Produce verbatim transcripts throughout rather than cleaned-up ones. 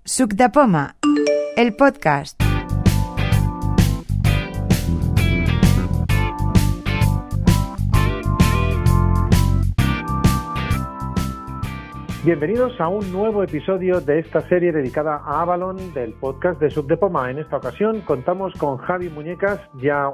Suc de Poma, el podcast. Bienvenidos a un nuevo episodio de esta serie dedicada a Avalon del podcast de Suc de Poma. En esta ocasión contamos con Javi Muñecas, ya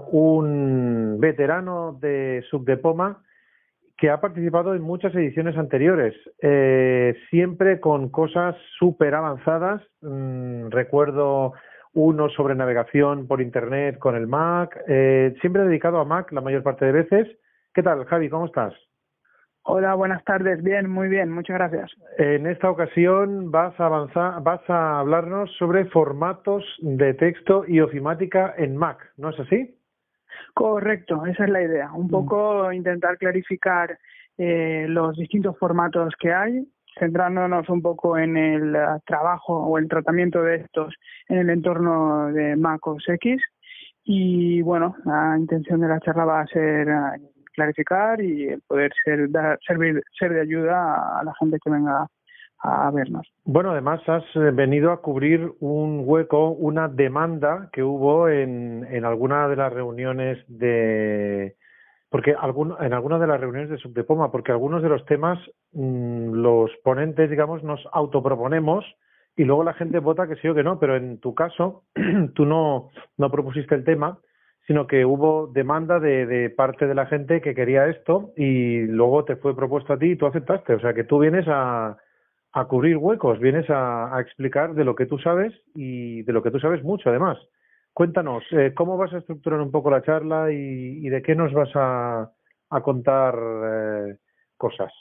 un veterano de Suc de Poma, que ha participado en muchas ediciones anteriores, eh, siempre con cosas súper avanzadas. Mm, recuerdo uno sobre navegación por Internet con el Mac, eh, siempre dedicado a Mac la mayor parte de veces. ¿Qué tal, Javi? ¿Cómo estás? Hola, buenas tardes. Bien, muy bien, muchas gracias. En esta ocasión vas a avanzar, vas a hablarnos sobre formatos de texto y ofimática en Mac, ¿no es así? Correcto, esa es la idea. Un poco intentar clarificar eh, los distintos formatos que hay, centrándonos un poco en el uh, trabajo o el tratamiento de estos en el entorno de Mac O S X. Y bueno, la intención de la charla va a ser uh, clarificar y poder ser, dar, servir, ser de ayuda a la gente que venga a vernos. Bueno, además has venido a cubrir un hueco, una demanda que hubo en, en alguna de las reuniones de... porque algún, en alguna de las reuniones de Suc de Poma, porque algunos de los temas mmm, los ponentes, digamos, nos autoproponemos y luego la gente vota que sí o que no, pero en tu caso tú no, no propusiste el tema, sino que hubo demanda de, de parte de la gente que quería esto y luego te fue propuesto a ti y tú aceptaste. O sea que tú vienes a, a cubrir huecos, vienes a, a explicar de lo que tú sabes y de lo que tú sabes mucho además. Cuéntanos, eh, ¿cómo vas a estructurar un poco la charla y, y de qué nos vas a, a contar eh, cosas?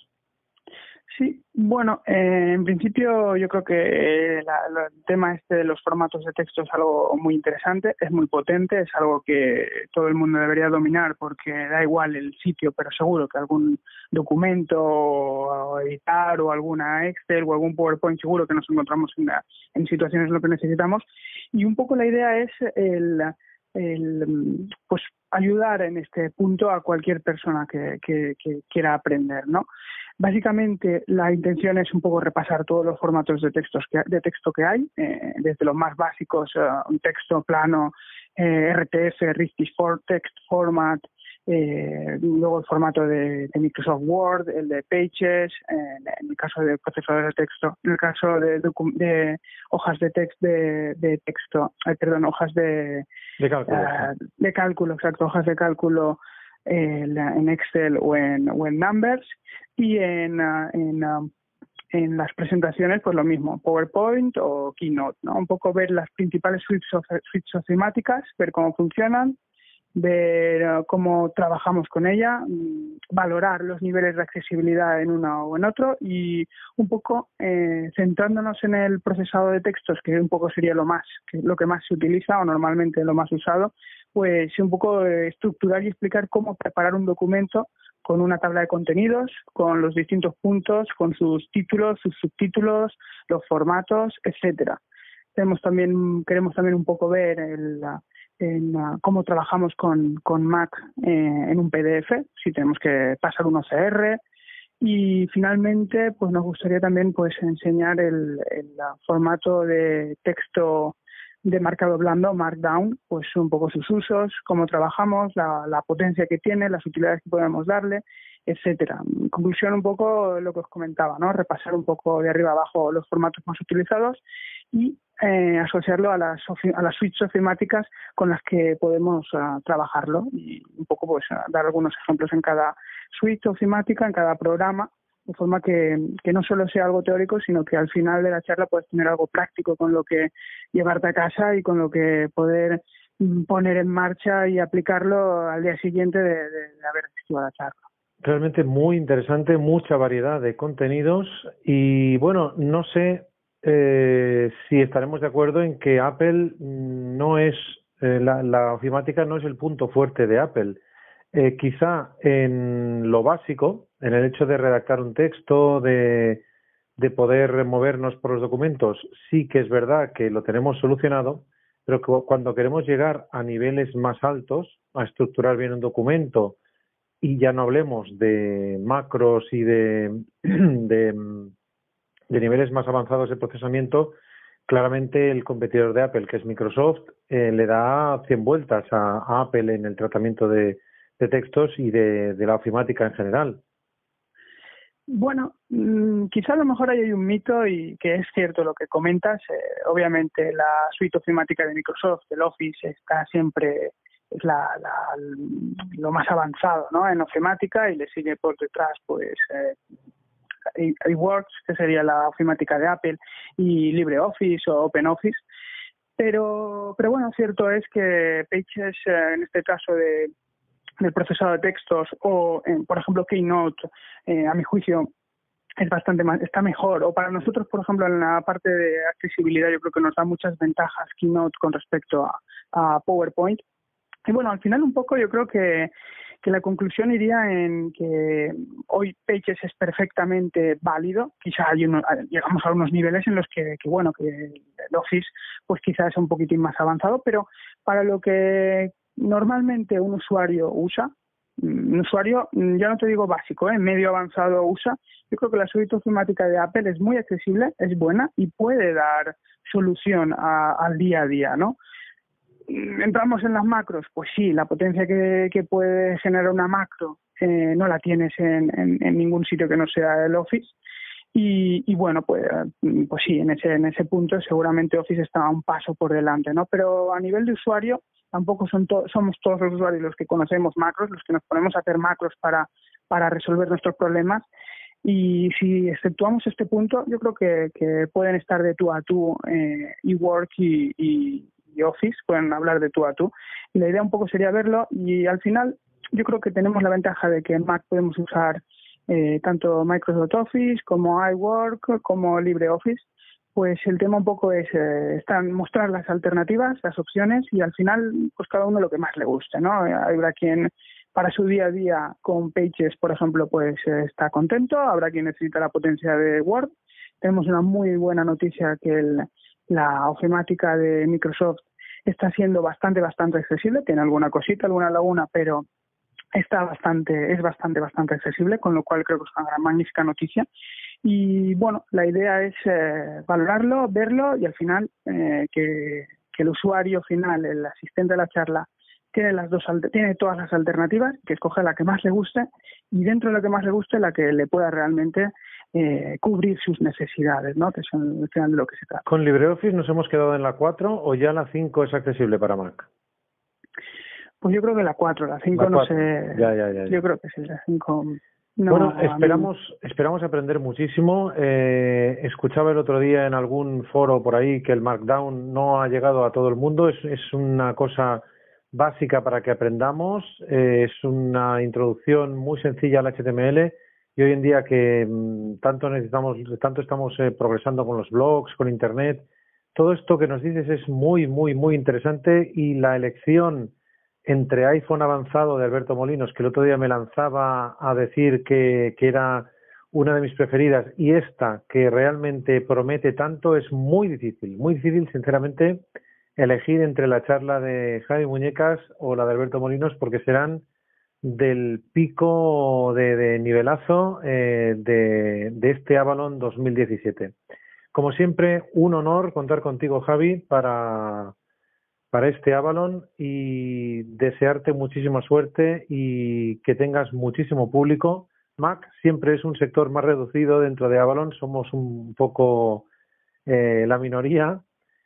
Sí, bueno, eh, en principio yo creo que la, la, el tema este de los formatos de texto es algo muy interesante, es muy potente, es algo que todo el mundo debería dominar porque da igual el sitio, pero seguro que algún documento o editar o alguna Excel o algún PowerPoint seguro que nos encontramos en, la, en situaciones lo que necesitamos. Y un poco la idea es el, el pues ayudar en este punto a cualquier persona que, que, que quiera aprender, ¿no? Básicamente, la intención es un poco repasar todos los formatos de textos que, de texto que hay, eh, desde los más básicos, uh, un texto plano, eh, R T F, Rich Text Format, eh, luego el formato de, de Microsoft Word, el de Pages, eh, en el caso de procesadores de texto, en el caso de, de hojas de, text, de, de texto, eh, perdón, hojas de, de cálculo, uh, de cálculo, exacto, hojas de cálculo, en Excel o en, o en Numbers y en, uh, en, uh, en las presentaciones pues lo mismo, PowerPoint o Keynote, ¿no? Un poco ver las principales suites, of, suites ofimáticas, ver cómo funcionan, ver uh, cómo trabajamos con ella, um, valorar los niveles de accesibilidad en uno o en otro y un poco eh, centrándonos en el procesado de textos, que un poco sería lo más, que lo que más se utiliza o normalmente lo más usado, pues un poco eh, estructurar y explicar cómo preparar un documento con una tabla de contenidos, con los distintos puntos, con sus títulos, sus subtítulos, los formatos, etcétera. Tenemos también, queremos también un poco ver el, en, uh, cómo trabajamos con, con Mac eh, en un P D F, si tenemos que pasar un O C R. Y finalmente, pues nos gustaría también pues enseñar el, el uh, formato de texto de marcado blando, Markdown, pues un poco sus usos, cómo trabajamos, la, la potencia que tiene, las utilidades que podemos darle, etcétera. En conclusión, un poco lo que os comentaba, ¿no? Repasar un poco de arriba abajo los formatos más utilizados y eh, asociarlo a las a las suites ofimáticas con las que podemos uh, trabajarlo y un poco pues uh, dar algunos ejemplos en cada suite ofimática, en cada programa, de forma que, que no solo sea algo teórico, sino que al final de la charla puedes tener algo práctico con lo que llevarte a casa y con lo que poder poner en marcha y aplicarlo al día siguiente de, de, de haber asistido a la charla. Realmente muy interesante, mucha variedad de contenidos y bueno, no sé eh, si estaremos de acuerdo en que Apple no es, eh, la, la ofimática no es el punto fuerte de Apple. Eh, quizá en lo básico, en el hecho de redactar un texto, de, de poder movernos por los documentos, sí que es verdad que lo tenemos solucionado, pero que cuando queremos llegar a niveles más altos, a estructurar bien un documento, y ya no hablemos de macros y de, de, de niveles más avanzados de procesamiento, claramente el competidor de Apple, que es Microsoft, eh, le da cien vueltas a, a Apple en el tratamiento de, de textos y de, de la ofimática en general. Bueno, mmm, quizá a lo mejor ahí hay un mito y que es cierto lo que comentas. Eh, obviamente la suite ofimática de Microsoft, el Office, está siempre, es la, la, lo más avanzado, ¿no?, en ofimática, y le sigue por detrás pues eh, iWorks, que sería la ofimática de Apple, y LibreOffice o OpenOffice. Pero, pero bueno, cierto es que Pages, eh, en este caso de del procesado de textos o, eh, por ejemplo, Keynote, eh, a mi juicio, es bastante más, está mejor. O para nosotros, por ejemplo, en la parte de accesibilidad, yo creo que nos da muchas ventajas Keynote con respecto a, a PowerPoint. Y bueno, al final un poco yo creo que, que la conclusión iría en que hoy Pages es perfectamente válido. Quizá hay uno, llegamos a unos niveles en los que, que, bueno, que el Office pues quizás es un poquitín más avanzado, pero para lo que normalmente un usuario usa, un usuario, ya no te digo básico, ¿eh? medio avanzado usa, yo creo que la suite ofimática de Apple es muy accesible, es buena y puede dar solución a, al día a día, ¿no? ¿Entramos en las macros? Pues sí, la potencia que, que puede generar una macro eh, no la tienes en, en, en ningún sitio que no sea el Office. Y, y bueno, pues, pues sí, en ese, en ese punto seguramente Office está un paso por delante, ¿no? Pero a nivel de usuario, tampoco son to somos todos los usuarios los que conocemos macros, los que nos ponemos a hacer macros para, para resolver nuestros problemas. Y si exceptuamos este punto, yo creo que, que pueden estar de tú a tú eh, eWork y, y, y Office, pueden hablar de tú a tú. Y la idea un poco sería verlo, y al final yo creo que tenemos la ventaja de que en Mac podemos usar eh, tanto Microsoft Office como iWork como LibreOffice. Pues el tema un poco es eh, están, mostrar las alternativas, las opciones, y al final pues cada uno lo que más le guste, ¿no? Habrá quien para su día a día con Pages, por ejemplo, pues eh, está contento, habrá quien necesita la potencia de Word. Tenemos una muy buena noticia que el, la ofimática de Microsoft está siendo bastante, bastante accesible, tiene alguna cosita, alguna laguna, pero está bastante, es bastante, bastante accesible, con lo cual creo que es una gran, magnífica noticia. Y bueno, la idea es eh, valorarlo, verlo, y al final eh, que, que el usuario final, el asistente de la charla, tiene las dos, tiene todas las alternativas, que escoge la que más le guste, y dentro de la que más le guste, la que le pueda realmente eh, cubrir sus necesidades, ¿no? Que son al final de lo que se trata. ¿Con LibreOffice nos hemos quedado en la cuatro o ya la cinco es accesible para Mac? Pues yo creo que la cuatro, la cinco no sé. Ya, ya, ya, ya. Yo creo que sí, la cinco. No, bueno, esperamos esperamos aprender muchísimo. Eh, escuchaba el otro día en algún foro por ahí que el Markdown no ha llegado a todo el mundo. Es, es una cosa básica para que aprendamos. Eh, es una introducción muy sencilla al H T M L, y hoy en día que mmm, tanto necesitamos, tanto estamos eh, progresando con los blogs, con Internet, todo esto que nos dices es muy, muy, muy interesante. Y la elección entre iPhone avanzado de Alberto Molinos, que el otro día me lanzaba a decir que, que era una de mis preferidas, y esta, que realmente promete tanto, es muy difícil, muy difícil, sinceramente, elegir entre la charla de Javi Muñecas o la de Alberto Molinos, porque serán del pico de, de nivelazo eh, de, de este Avalon dos mil diecisiete. Como siempre, un honor contar contigo, Javi, para... para este Avalon, y desearte muchísima suerte y que tengas muchísimo público. Mac siempre es un sector más reducido dentro de Avalon, somos un poco eh, la minoría,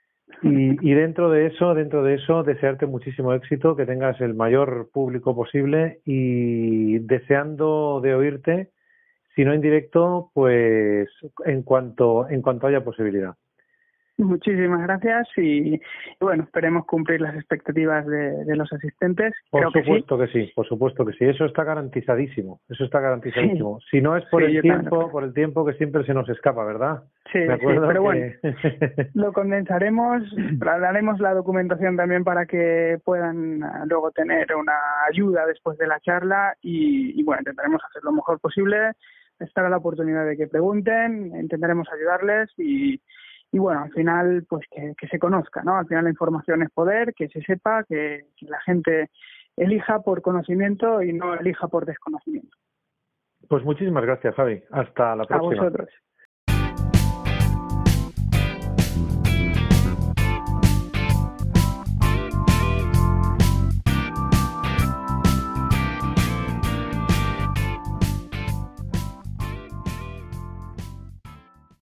y, y dentro de eso, dentro de eso, desearte muchísimo éxito, que tengas el mayor público posible, y deseando de oírte, si no en directo, pues en cuanto en cuanto haya posibilidad. Muchísimas gracias, y, y bueno, esperemos cumplir las expectativas de, de los asistentes. Por Creo supuesto que sí. que sí, por supuesto que sí, eso está garantizadísimo, eso está garantizadísimo. Sí. Si no es por sí, el tiempo, por el tiempo que siempre se nos escapa, ¿verdad? Sí, Me acuerdo sí, pero que... bueno, lo condensaremos, daremos la documentación también para que puedan luego tener una ayuda después de la charla, y, y bueno, intentaremos hacer lo mejor posible, estar a la oportunidad de que pregunten, intentaremos ayudarles, y Y bueno, al final, pues que, que se conozca, ¿no? Al final la información es poder, que se sepa, que, que la gente elija por conocimiento y no elija por desconocimiento. Pues muchísimas gracias, Javi. Hasta la próxima. A vosotros.